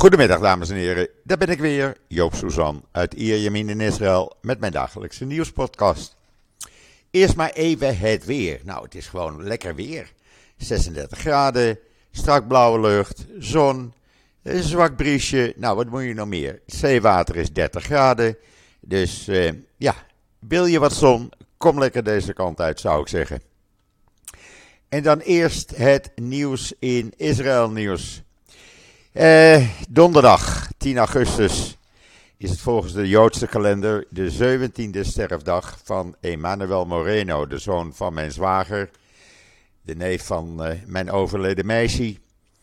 Goedemiddag dames en heren, daar ben ik weer, Joop Suzan uit Ierjemien in Israël met mijn dagelijkse nieuwspodcast. Eerst maar even het weer. Nou, het is gewoon lekker weer. 36 graden, strak blauwe lucht, zon, een zwak briesje. Nou, wat moet je nog meer? Het zeewater is 30 graden, dus wil je wat zon, kom lekker deze kant uit zou ik zeggen. En dan eerst het nieuws in Israël nieuws. Donderdag 10 augustus is het volgens de Joodse kalender de 17e sterfdag van Emanuel Moreno, de zoon van mijn zwager, de neef van mijn overleden meisje.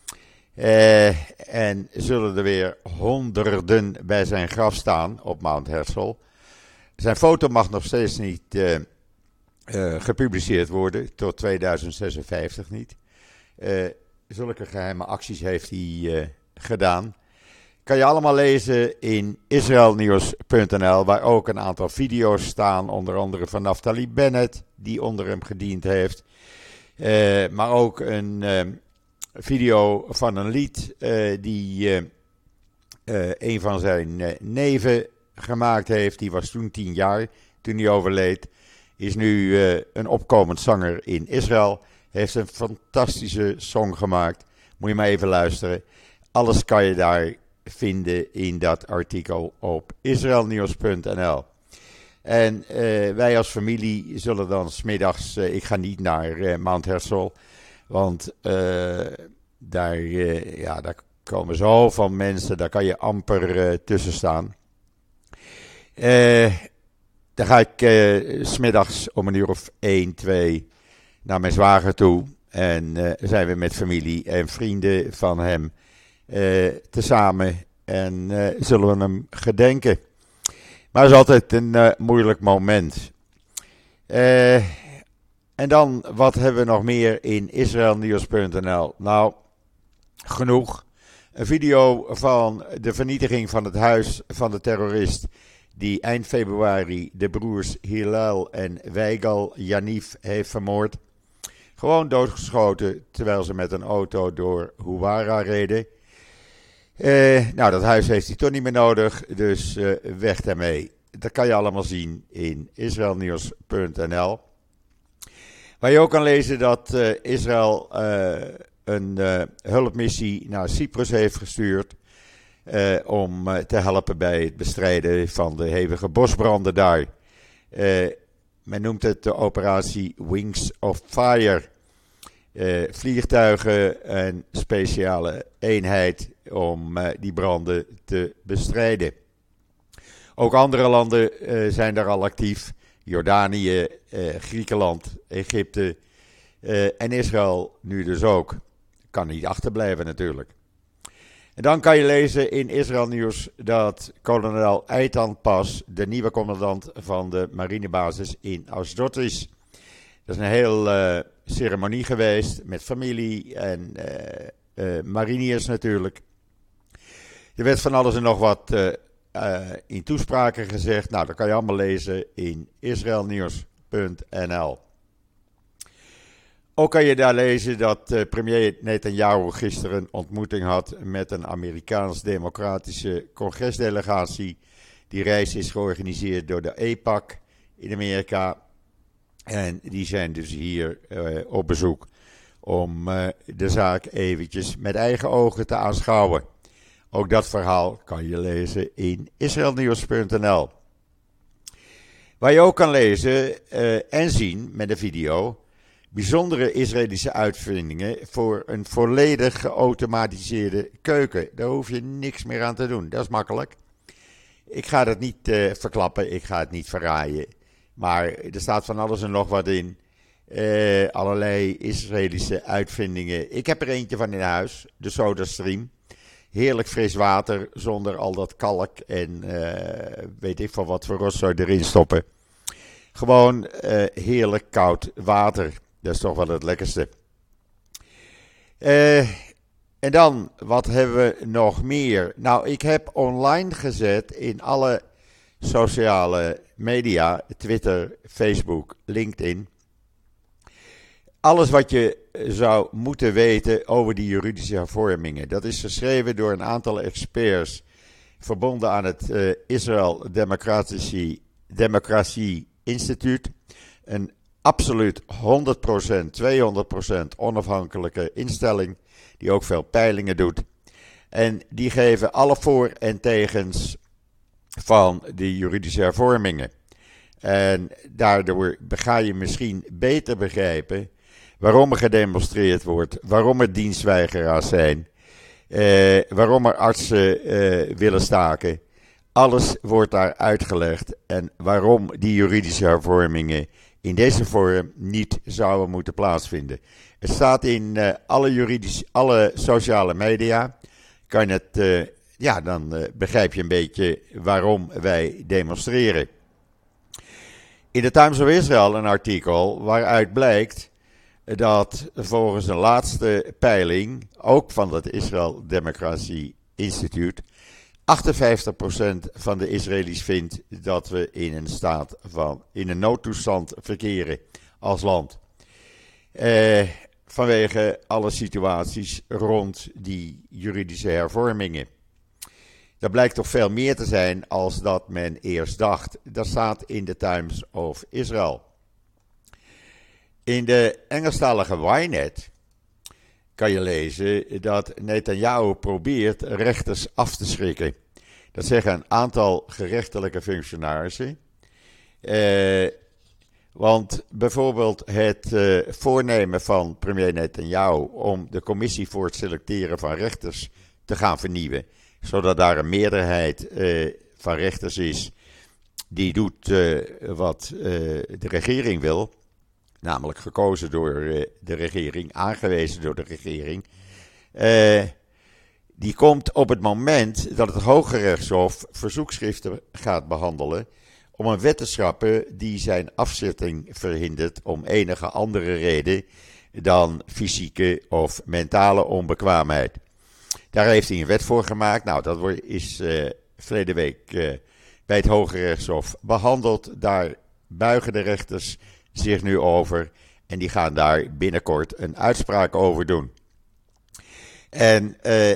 En zullen er weer honderden bij zijn graf staan op Mount Herzl. Zijn foto mag nog steeds niet gepubliceerd worden, tot 2056 niet. Zulke geheime acties heeft hij gedaan. Kan je allemaal lezen in israelnieuws.nl, waar ook een aantal video's staan, onder andere van Naftali Bennett, die onder hem gediend heeft. Maar ook een video van een lied die een van zijn neven gemaakt heeft. Die was toen 10 jaar, toen hij overleed. Is nu een opkomend zanger in Israël. Heeft een fantastische song gemaakt. Moet je maar even luisteren. Alles kan je daar vinden in dat artikel op israelnieuws.nl. En wij als familie zullen dan 's middags, ik ga niet naar Mount Herzl, want daar komen zoveel mensen, daar kan je amper tussen staan. Dan ga ik 's middags om 1:00 of 2 naar mijn zwager toe. En zijn we met familie en vrienden van hem tezamen en zullen we hem gedenken. Maar het is altijd een moeilijk moment. En dan, wat hebben we nog meer in israelnieuws.nl? Nou, genoeg. Een video van de vernietiging van het huis van de terrorist die eind februari de broers Hillel en Weigal Yaniv heeft vermoord. Gewoon doodgeschoten terwijl ze met een auto door Huwara reden. Nou, dat huis heeft hij toch niet meer nodig, dus weg daarmee. Dat kan je allemaal zien in israelnieuws.nl. Waar je ook kan lezen dat Israël een hulpmissie naar Cyprus heeft gestuurd om te helpen bij het bestrijden van de hevige bosbranden daar. Men noemt het de operatie Wings of Fire. Vliegtuigen en speciale eenheid om die branden te bestrijden. Ook andere landen zijn daar al actief. Jordanië, Griekenland, Egypte en Israël nu dus ook. Kan niet achterblijven natuurlijk. En dan kan je lezen in Israël Nieuws dat kolonel Eitan Pas de nieuwe commandant van de marinebasis in Ashdod is. Dat is een heel ceremonie geweest met familie en mariniers natuurlijk. Er werd van alles en nog wat in toespraken gezegd. Nou, dat kan je allemaal lezen in israelnieuws.nl. Ook kan je daar lezen dat premier Netanyahu gisteren een ontmoeting had met een Amerikaans-democratische congresdelegatie. Die reis is georganiseerd door de AIPAC in Amerika. En die zijn dus hier op bezoek om de zaak eventjes met eigen ogen te aanschouwen. Ook dat verhaal kan je lezen in israelnieuws.nl. Waar je ook kan lezen en zien met een video bijzondere Israëlische uitvindingen voor een volledig geautomatiseerde keuken. Daar hoef je niks meer aan te doen, dat is makkelijk. Ik ga dat niet verklappen, ik ga het niet verraaien. Maar er staat van alles en nog wat in. Allerlei Israëlische uitvindingen. Ik heb er eentje van in huis, de SodaStream. Heerlijk fris water, zonder al dat kalk en weet ik van wat voor rotzooi erin stoppen. Gewoon heerlijk koud water. Dat is toch wel het lekkerste. En dan, wat hebben we nog meer? Nou, ik heb online gezet in alle sociale media, Twitter, Facebook, LinkedIn. Alles wat je zou moeten weten over die juridische hervormingen. Dat is geschreven door een aantal experts verbonden aan het Israel Democratie Instituut. Een absoluut 100%, 200% onafhankelijke instelling die ook veel peilingen doet. En die geven alle voor- en tegens van die juridische hervormingen. En daardoor ga je misschien beter begrijpen waarom er gedemonstreerd wordt, waarom er dienstweigeraars zijn, waarom er artsen willen staken. Alles wordt daar uitgelegd en waarom die juridische hervormingen in deze vorm niet zouden moeten plaatsvinden. Het staat in alle sociale media. Kan je het, dan begrijp je een beetje waarom wij demonstreren. In de Times of Israel een artikel waaruit blijkt dat volgens een laatste peiling, ook van het Israel Democracy Institute, 58% van de Israëli's vindt dat we in een noodtoestand verkeren als land. Vanwege alle situaties rond die juridische hervormingen. Dat blijkt toch veel meer te zijn als dat men eerst dacht. Dat staat in de Times of Israel. In de Engelstalige Ynet kan je lezen dat Netanyahu probeert rechters af te schrikken. Dat zeggen een aantal gerechtelijke functionarissen. Want bijvoorbeeld het voornemen van premier Netanyahu om de commissie voor het selecteren van rechters te gaan vernieuwen, zodat daar een meerderheid van rechters is die doet wat de regering wil, namelijk gekozen door de regering, aangewezen door de regering. Die komt op het moment dat het Hoge Rechtshof verzoekschriften gaat behandelen om een wet te schrappen die zijn afzetting verhindert om enige andere reden dan fysieke of mentale onbekwaamheid. Daar heeft hij een wet voor gemaakt. Nou, dat is verleden week bij het Hoge Rechtshof behandeld. Daar buigen de rechters zich nu over en die gaan daar binnenkort een uitspraak over doen. En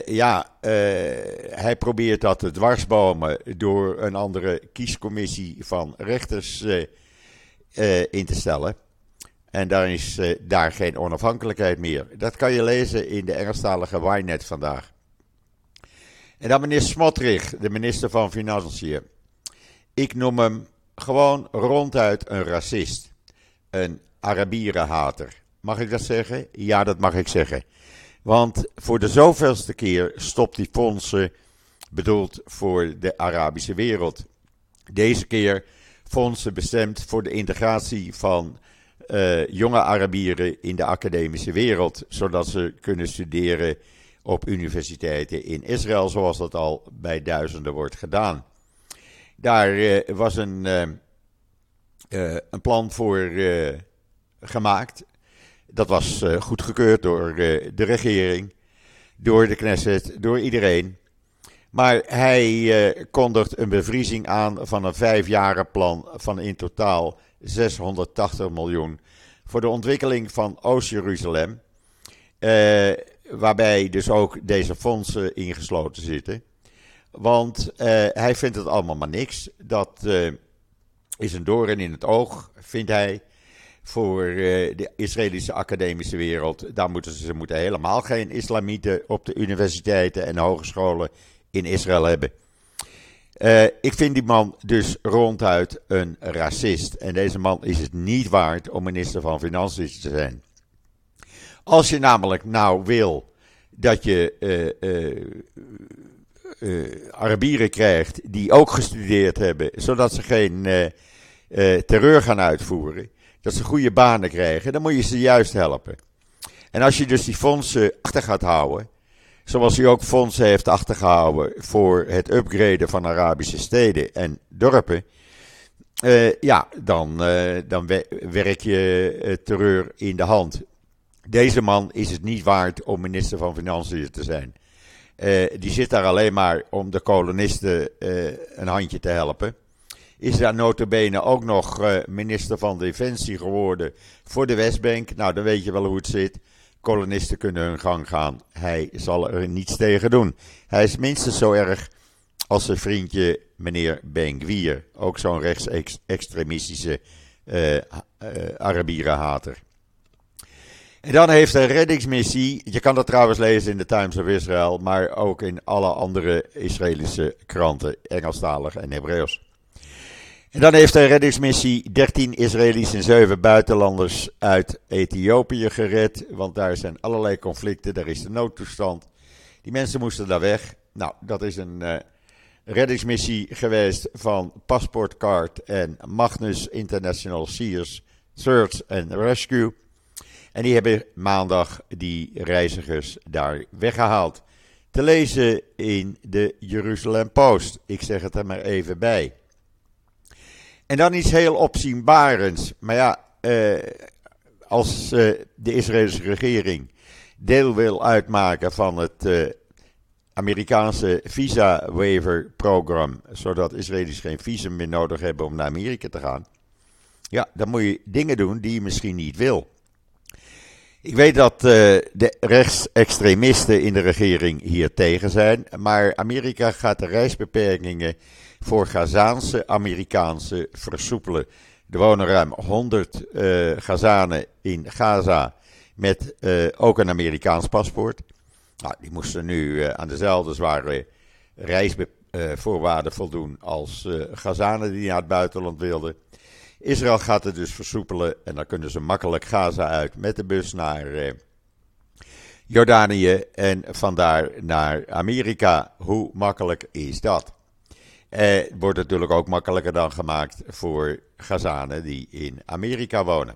hij probeert dat te dwarsbomen door een andere kiescommissie van rechters in te stellen. En daar is daar geen onafhankelijkheid meer. Dat kan je lezen in de Engelstalige Ynet vandaag. En dan meneer Smotrich, de minister van Financiën. Ik noem hem gewoon ronduit een racist. Een Arabierenhater. Mag ik dat zeggen? Ja, dat mag ik zeggen. Want voor de zoveelste keer stopt die fondsen bedoeld voor de Arabische wereld. Deze keer fondsen bestemd voor de integratie van jonge Arabieren in de academische wereld, zodat ze kunnen studeren op universiteiten in Israël, zoals dat al bij duizenden wordt gedaan. Daar was een plan voor gemaakt. Dat was goedgekeurd door de regering, door de Knesset, door iedereen. Maar hij kondigt een bevriezing aan van een 5-jaren plan van in totaal 680 miljoen voor de ontwikkeling van Oost-Jeruzalem. Waarbij dus ook deze fondsen ingesloten zitten. Want hij vindt het allemaal maar niks. Dat is een doorn in het oog, vindt hij, voor de Israëlische academische wereld. Ze moeten helemaal geen islamieten op de universiteiten en hogescholen in Israël hebben. Ik vind die man dus ronduit een racist. En deze man is het niet waard om minister van Financiën te zijn. Als je namelijk nou wil dat je Arabieren krijgt die ook gestudeerd hebben, zodat ze geen terreur gaan uitvoeren, dat ze goede banen krijgen, dan moet je ze juist helpen. En als je dus die fondsen achter gaat houden, zoals hij ook fondsen heeft achtergehouden voor het upgraden van Arabische steden en dorpen, dan werk je terreur in de hand. Deze man is het niet waard om minister van Financiën te zijn. Die zit daar alleen maar om de kolonisten een handje te helpen. Is daar nota bene ook nog minister van Defensie geworden voor de Westbank. Nou, dan weet je wel hoe het zit. kolonisten kunnen hun gang gaan. Hij zal er niets tegen doen. Hij is minstens zo erg als zijn vriendje meneer Ben-Gvir. Ook zo'n rechtsextremistische Arabieren-hater. En dan heeft hij een reddingsmissie. Je kan dat trouwens lezen in de Times of Israel, maar ook in alle andere Israëlische kranten, Engelstalig en Hebreeuws. En dan heeft hij een reddingsmissie 13 Israëli's en 7 buitenlanders uit Ethiopië gered. Want daar zijn allerlei conflicten, daar is de noodtoestand. Die mensen moesten daar weg. Nou, dat is een reddingsmissie geweest van Passport Card en Magnus International Search and Rescue. En die hebben maandag die reizigers daar weggehaald. Te lezen in de Jeruzalem Post. Ik zeg het er maar even bij. En dan iets heel opzienbarends. Maar ja, als de Israëlische regering deel wil uitmaken van het Amerikaanse visa-waiver-programma, zodat Israëli's geen visum meer nodig hebben om naar Amerika te gaan, ja, dan moet je dingen doen die je misschien niet wil. Ik weet dat de rechtsextremisten in de regering hier tegen zijn, maar Amerika gaat de reisbeperkingen voor Gazaanse Amerikaanse versoepelen. Er wonen ruim 100 Gazanen in Gaza met ook een Amerikaans paspoort. Nou, die moesten nu aan dezelfde zware reisvoorwaarden voldoen als Gazanen die naar het buitenland wilden. Israël gaat het dus versoepelen en dan kunnen ze makkelijk Gaza uit met de bus naar Jordanië en vandaar naar Amerika. Hoe makkelijk is dat? Het wordt natuurlijk ook makkelijker dan gemaakt voor Gazanen die in Amerika wonen.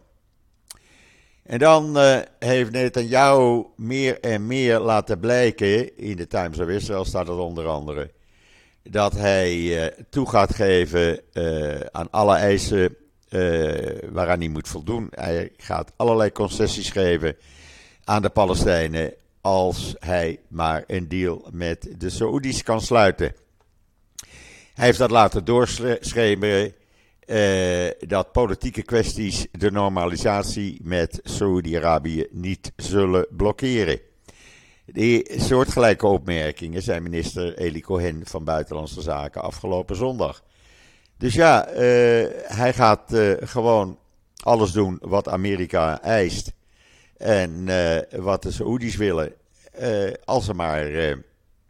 En dan heeft Netanyahu meer en meer laten blijken, in de Times of Israel staat het onder andere, dat hij toe gaat geven aan alle eisen waaraan hij moet voldoen. Hij gaat allerlei concessies geven aan de Palestijnen als hij maar een deal met de Saoedi's kan sluiten. Hij heeft dat laten doorschemeren dat politieke kwesties de normalisatie met Saoedi-Arabië niet zullen blokkeren. Die soortgelijke opmerkingen zei minister Eli Cohen van Buitenlandse Zaken afgelopen zondag. Dus ja, hij gaat gewoon alles doen wat Amerika eist en wat de Saoedi's willen, als er maar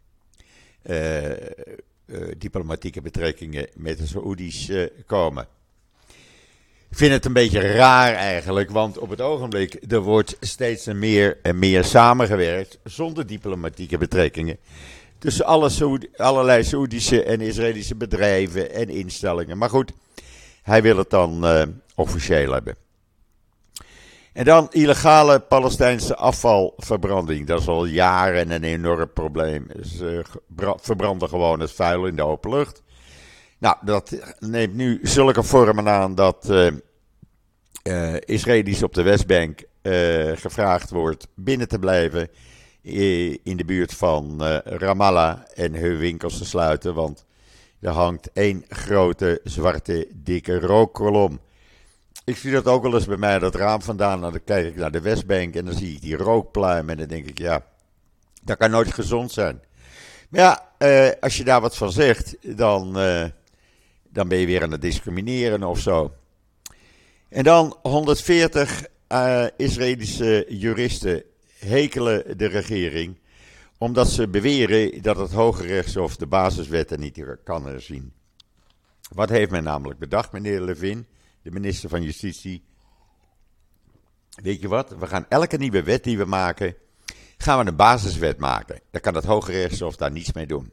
diplomatieke betrekkingen met de Saoedi's komen. Ik vind het een beetje raar eigenlijk, want op het ogenblik er wordt steeds meer en meer samengewerkt zonder diplomatieke betrekkingen tussen allerlei Saoedische en Israëlische bedrijven en instellingen. Maar goed, hij wil het dan officieel hebben. En dan illegale Palestijnse afvalverbranding. Dat is al jaren een enorm probleem. Ze verbranden gewoon het vuil in de open lucht. Nou, dat neemt nu zulke vormen aan dat Israëli's op de Westbank gevraagd wordt binnen te blijven in de buurt van Ramallah en hun winkels te sluiten. Want er hangt één grote zwarte dikke rookkolom. Ik zie dat ook wel eens bij mij, dat raam vandaan. Dan kijk ik naar de Westbank en dan zie ik die rookpluim. En dan denk ik, ja, dat kan nooit gezond zijn. Maar ja, als je daar wat van zegt, dan ben je weer aan het discrimineren of zo. En dan 140 Israëlische juristen hekelen de regering, omdat ze beweren dat het Hoge Rechtshof de basiswetten niet kan herzien. Wat heeft men namelijk bedacht, meneer Levin, de minister van Justitie? Weet je wat, we gaan elke nieuwe wet die we maken, gaan we een basiswet maken. Dan kan het Hoge Rechtshof daar niets mee doen.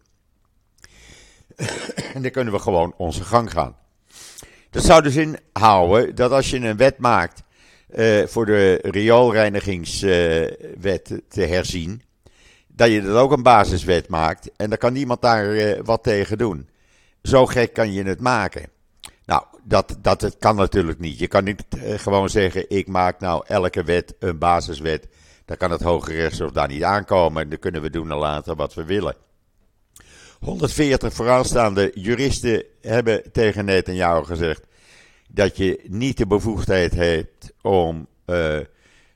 En dan kunnen we gewoon onze gang gaan. Dat zou dus inhouden dat als je een wet maakt voor de rioolreinigingswet te herzien, dat je dat ook een basiswet maakt en dan kan niemand daar wat tegen doen. Zo gek kan je het maken. Nou, dat kan natuurlijk niet. Je kan niet gewoon zeggen, ik maak nou elke wet een basiswet. Dan kan het Hoge Rechtshof daar niet aankomen en dan kunnen we doen en laten wat we willen. 140 vooraanstaande juristen hebben tegen Netanyahu gezegd dat je niet de bevoegdheid hebt om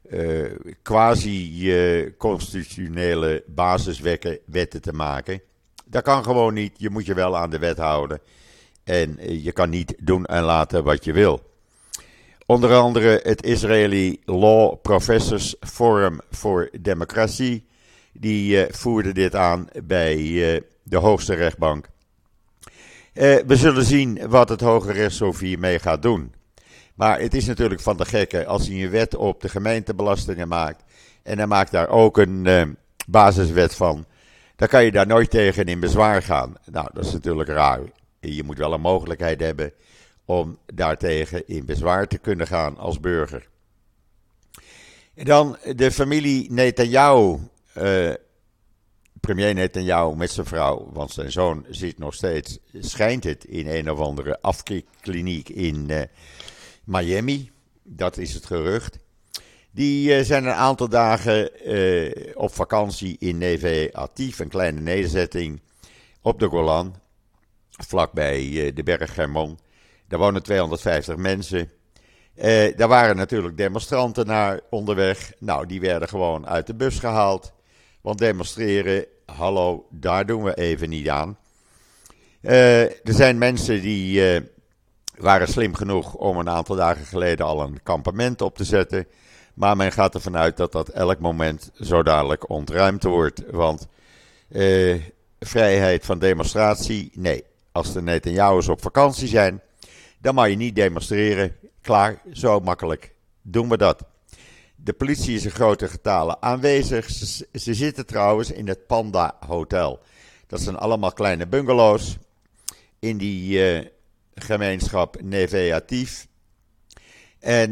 quasi-constitutionele basiswetten te maken. Dat kan gewoon niet. Je moet je wel aan de wet houden. En je kan niet doen en laten wat je wil. Onder andere het Israeli Law Professors Forum for Democracy. Die voerde dit aan bij de hoogste rechtbank. We zullen zien wat het Hoge Rechtshof hiermee gaat doen. Maar het is natuurlijk van de gekke als hij een wet op de gemeentebelastingen maakt. En hij maakt daar ook een basiswet van. Dan kan je daar nooit tegen in bezwaar gaan. Nou, dat is natuurlijk raar. Je moet wel een mogelijkheid hebben om daartegen in bezwaar te kunnen gaan als burger. En dan de familie Netanyahu. Premier Netanyahu met zijn vrouw, want zijn zoon zit nog steeds, schijnt het, in een of andere afkikkliniek in Miami. Dat is het gerucht. Die zijn een aantal dagen op vakantie in Neve Atif, een kleine nederzetting op de Golan, vlakbij de berg Hermon. Daar wonen 250 mensen. Daar waren natuurlijk demonstranten naar onderweg. Nou, die werden gewoon uit de bus gehaald. Want demonstreren, hallo, daar doen we even niet aan. Er zijn mensen die waren slim genoeg om een aantal dagen geleden al een kampement op te zetten. Maar men gaat ervan uit dat dat elk moment zo dadelijk ontruimd wordt. Want vrijheid van demonstratie, nee. Als de Netanyahu's op vakantie zijn, dan mag je niet demonstreren. Klaar, zo makkelijk doen we dat. De politie is in grote getalen aanwezig. Ze zitten trouwens in het Panda Hotel. Dat zijn allemaal kleine bungalows in die gemeenschap Neve Atif. En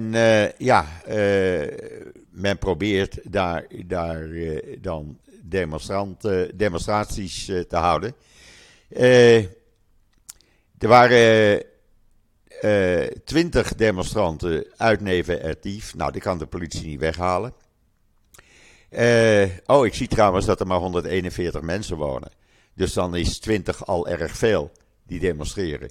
men probeert daar dan demonstraties te houden. Er waren 20 demonstranten uit Neve Atif. Nou, die kan de politie niet weghalen. Ik zie trouwens dat er maar 141 mensen wonen. Dus dan is 20 al erg veel die demonstreren.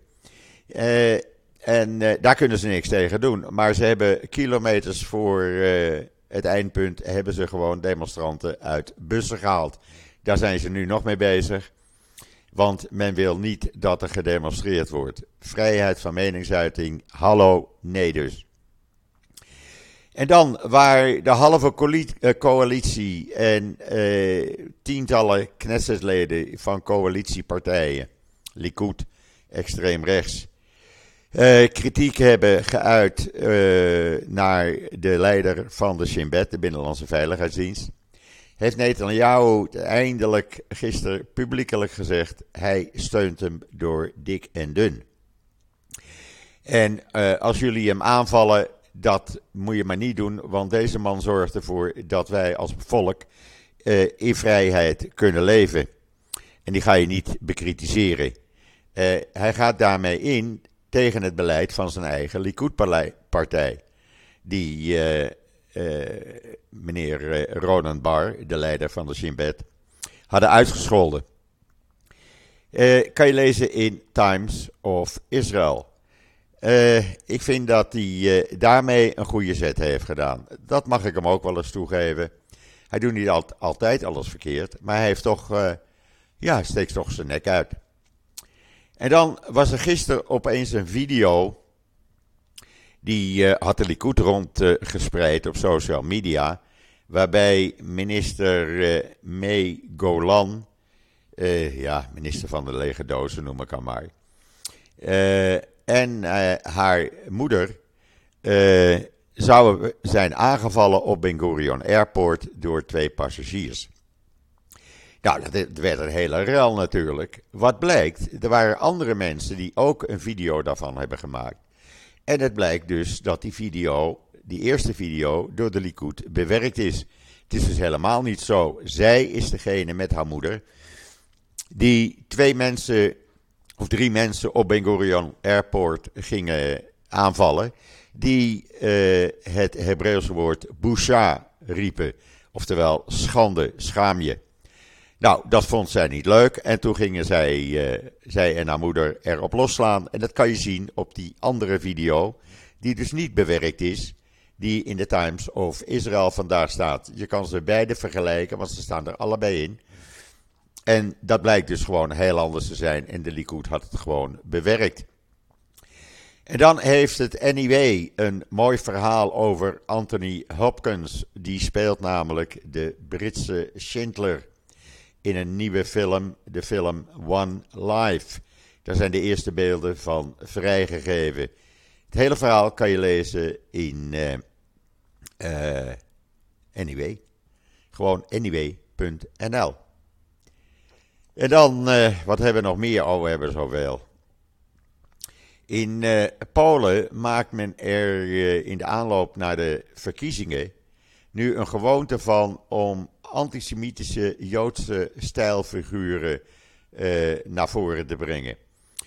Daar kunnen ze niks tegen doen. Maar ze hebben kilometers voor het eindpunt hebben ze gewoon demonstranten uit bussen gehaald. Daar zijn ze nu nog mee bezig. Want men wil niet dat er gedemonstreerd wordt. Vrijheid van meningsuiting, hallo, nee dus. En dan waar de halve coalitie en tientallen Knessetleden van coalitiepartijen, Likud, extreem rechts, kritiek hebben geuit naar de leider van de Shin Bet, de Binnenlandse Veiligheidsdienst, heeft Netanyahu eindelijk gisteren publiekelijk gezegd, hij steunt hem door dik en dun. En als jullie hem aanvallen, dat moet je maar niet doen, want deze man zorgt ervoor dat wij als volk in vrijheid kunnen leven. En die ga je niet bekritiseren. Hij gaat daarmee in tegen het beleid van zijn eigen Likud-partij. Die meneer Ronan Bar, de leider van de Shin Bet, hadden uitgescholden. Kan je lezen in Times of Israel. Ik vind dat hij daarmee een goede zet heeft gedaan. Dat mag ik hem ook wel eens toegeven. Hij doet niet altijd alles verkeerd, maar hij heeft toch, steekt toch zijn nek uit. En dan was er gisteren opeens een video, die had de Likud rondgespreid op social media, waarbij minister Mei Golan, minister van de lege dozen noem ik haar maar, en haar moeder zouden zijn aangevallen op Ben Gurion Airport door 2 passagiers. Nou, dat werd een hele rel natuurlijk. Wat blijkt, er waren andere mensen die ook een video daarvan hebben gemaakt. En het blijkt dus dat die eerste video, door de Likud bewerkt is. Het is dus helemaal niet zo. Zij is degene met haar moeder die 3 mensen op Ben Gurion Airport gingen aanvallen. Die het Hebreeuwse woord busha riepen. Oftewel schande, schaam je. Nou, dat vond zij niet leuk. En toen gingen zij en haar moeder erop losslaan. En dat kan je zien op die andere video, die dus niet bewerkt is. die in de Times of Israel vandaag staat. Je kan ze beide vergelijken, want ze staan er allebei in. En dat blijkt dus gewoon heel anders te zijn. En de Likud had het gewoon bewerkt. En dan heeft het NIW een mooi verhaal over Anthony Hopkins. Die speelt namelijk de Britse Schindler in een nieuwe film, de film One Life. Daar zijn de eerste beelden van vrijgegeven. Het hele verhaal kan je lezen in NIW. Gewoon niw.nl. En dan, wat hebben we nog meer? Oh, we hebben zoveel. In Polen maakt men er in de aanloop naar de verkiezingen nu een gewoonte van om antisemitische Joodse stijlfiguren naar voren te brengen.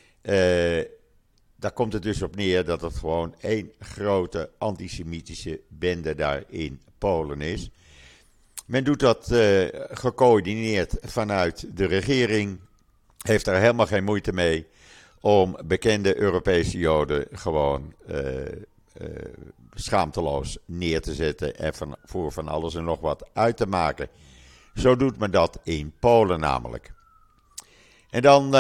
Daar komt het dus op neer dat het gewoon één grote antisemitische bende daar in Polen is. Men doet dat gecoördineerd vanuit de regering, heeft daar helemaal geen moeite mee om bekende Europese Joden gewoon schaamteloos neer te zetten en voor van alles en nog wat uit te maken. Zo doet men dat in Polen namelijk. En dan,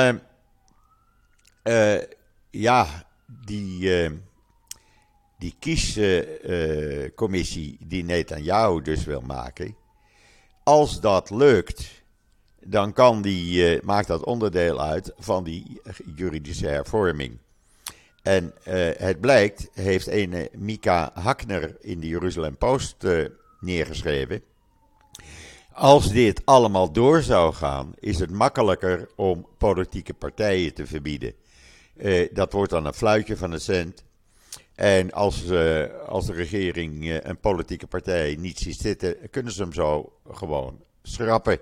die kiescommissie die Netanyahu dus wil maken. Als dat lukt, dan maakt dat onderdeel uit van die juridische hervorming. En het blijkt, heeft een Mika Hackner in de Jeruzalem Post neergeschreven. Als dit allemaal door zou gaan, is het makkelijker om politieke partijen te verbieden. Dat wordt dan een fluitje van een cent. En als de regering een politieke partij niet ziet zitten, kunnen ze hem zo gewoon schrappen.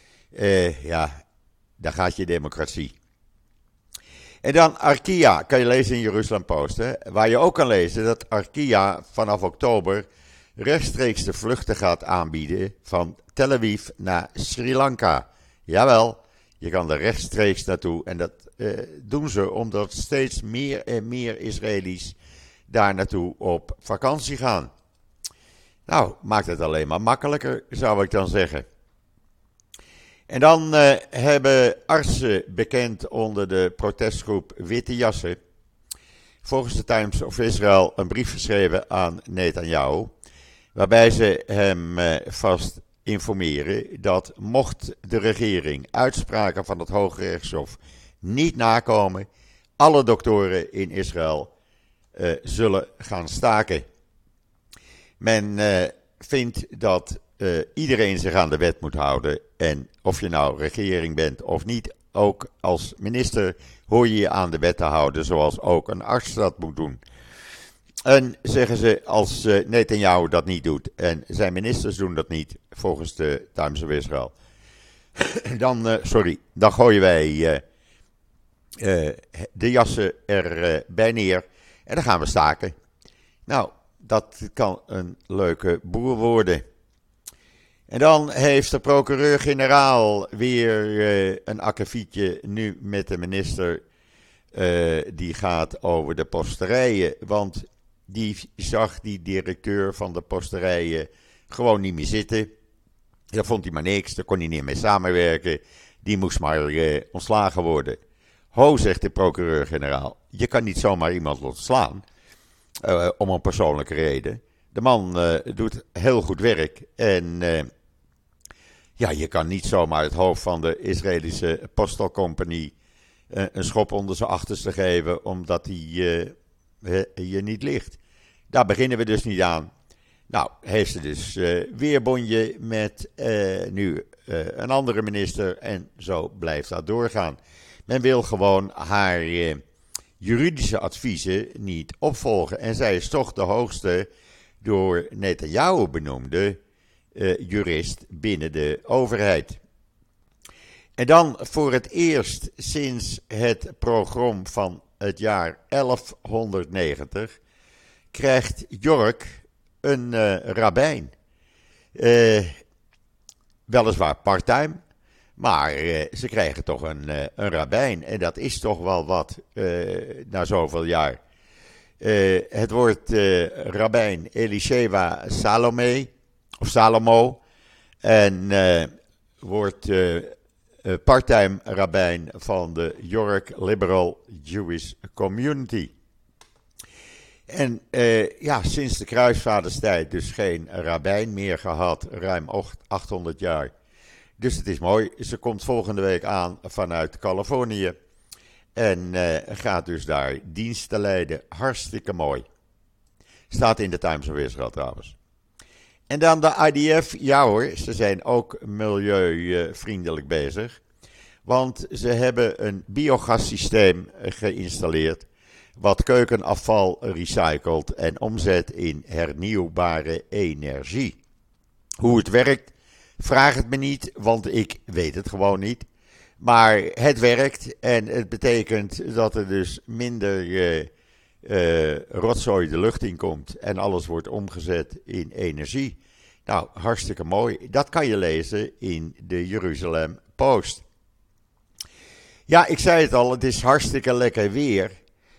Daar gaat je democratie. En dan Arkia, kan je lezen in Jeruzalem Post. Hè? Waar je ook kan lezen dat Arkia vanaf oktober rechtstreeks de vluchten gaat aanbieden van Tel Aviv naar Sri Lanka. Jawel, je kan er rechtstreeks naartoe. En dat doen ze omdat steeds meer en meer Israëli's daar naartoe op vakantie gaan. Nou, maakt het alleen maar makkelijker, zou ik dan zeggen. En dan hebben artsen bekend onder de protestgroep Witte Jassen, volgens de Times of Israel, een brief geschreven aan Netanyahu, waarbij ze hem vast informeren dat mocht de regering uitspraken van het Hoge Rechtshof niet nakomen, alle doktoren in Israël zullen gaan staken. Men vindt dat iedereen zich aan de wet moet houden. En of je nou regering bent of niet, ook als minister hoor je je aan de wet te houden, zoals ook een arts dat moet doen. En zeggen ze, als Netanyahu dat niet doet en zijn ministers doen dat niet, volgens de Times of Israel, dan gooien wij de jassen erbij neer en dan gaan we staken. Nou, dat kan een leuke boer worden. En dan heeft de procureur-generaal weer een akkefietje nu met de minister. Die gaat over de posterijen. Want die zag die directeur van de posterijen gewoon niet meer zitten. Daar vond hij maar niks, daar kon hij niet mee samenwerken. Die moest maar ontslagen worden. Ho, zegt de procureur-generaal, je kan niet zomaar iemand ontslaan. Om een persoonlijke reden. De man doet heel goed werk. En je kan niet zomaar het hoofd van de Israëlische Postal Company een schop onder zijn achterste geven, omdat hij hier niet ligt. Daar beginnen we dus niet aan. Nou, heeft ze dus weer bonje met nu een andere minister en zo blijft dat doorgaan. Men wil gewoon haar juridische adviezen niet opvolgen. En zij is toch de hoogste door Netanyahu benoemde jurist binnen de overheid. En dan voor het eerst sinds het pogrom van het jaar 1190 krijgt York een rabbijn. Weliswaar parttime, maar ze krijgen toch een rabbijn. En dat is toch wel wat na zoveel jaar. Het wordt rabbijn Elisheva Salome, of Salomo. En wordt parttime rabbijn van de York Liberal Jewish Community. En sinds de kruisvaderstijd dus geen rabbijn meer gehad, ruim 800 jaar. Dus het is mooi. Ze komt volgende week aan vanuit Californië. En gaat dus daar diensten leiden. Hartstikke mooi. Staat in de Times of Israel trouwens. En dan de IDF. Ja hoor, ze zijn ook milieuvriendelijk bezig. Want ze hebben een biogassysteem geïnstalleerd. Wat keukenafval recycelt en omzet in hernieuwbare energie. Hoe het werkt, vraag het me niet, want ik weet het gewoon niet. Maar het werkt en het betekent dat er dus minder rotzooi de lucht in komt en alles wordt omgezet in energie. Nou, hartstikke mooi. Dat kan je lezen in de Jeruzalem Post. Ja, ik zei het al, het is hartstikke lekker weer.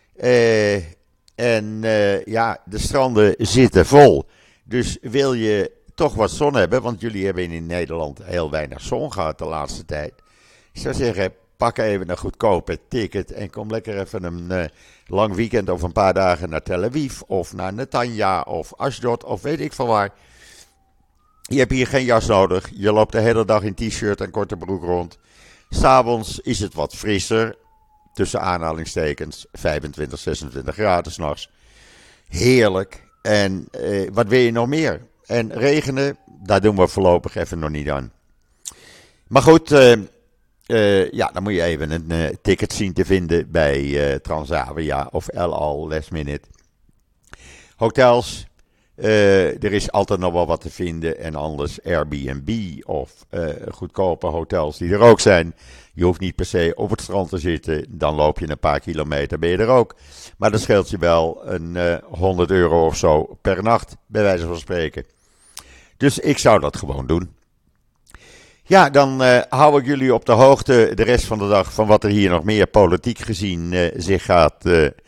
De stranden zitten vol. Dus wil je toch wat zon hebben, want jullie hebben in Nederland heel weinig zon gehad de laatste tijd. Ik zou zeggen, pak even een goedkope ticket en kom lekker even een lang weekend of een paar dagen naar Tel Aviv of naar Netanya of Ashdod of weet ik veel waar. Je hebt hier geen jas nodig, je loopt de hele dag in t-shirt en korte broek rond. 'S'avonds is het wat frisser, tussen aanhalingstekens, 25, 26 graden 's nachts. Heerlijk. En wat wil je nog meer? En regenen, daar doen we voorlopig even nog niet aan. Maar goed, dan moet je even een ticket zien te vinden bij Transavia of El Al Last Minute. Hotels, er is altijd nog wel wat te vinden en anders Airbnb of goedkope hotels die er ook zijn. Je hoeft niet per se op het strand te zitten, dan loop je een paar kilometer, ben je er ook. Maar dat scheelt je wel een 100 euro of zo per nacht, bij wijze van spreken. Dus ik zou dat gewoon doen. Ja, dan hou ik jullie op de hoogte de rest van de dag van wat er hier nog meer politiek gezien zich gaat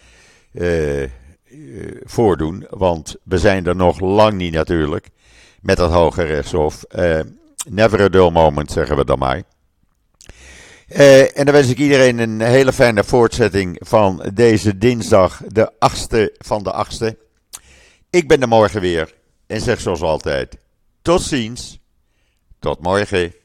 voordoen. Want we zijn er nog lang niet natuurlijk, met dat Hoge Rechtshof. Never a dull moment, zeggen we dan maar. En dan wens ik iedereen een hele fijne voortzetting van deze dinsdag, de 8e van de 8e. Ik ben er morgen weer en zeg zoals altijd, tot ziens, tot morgen.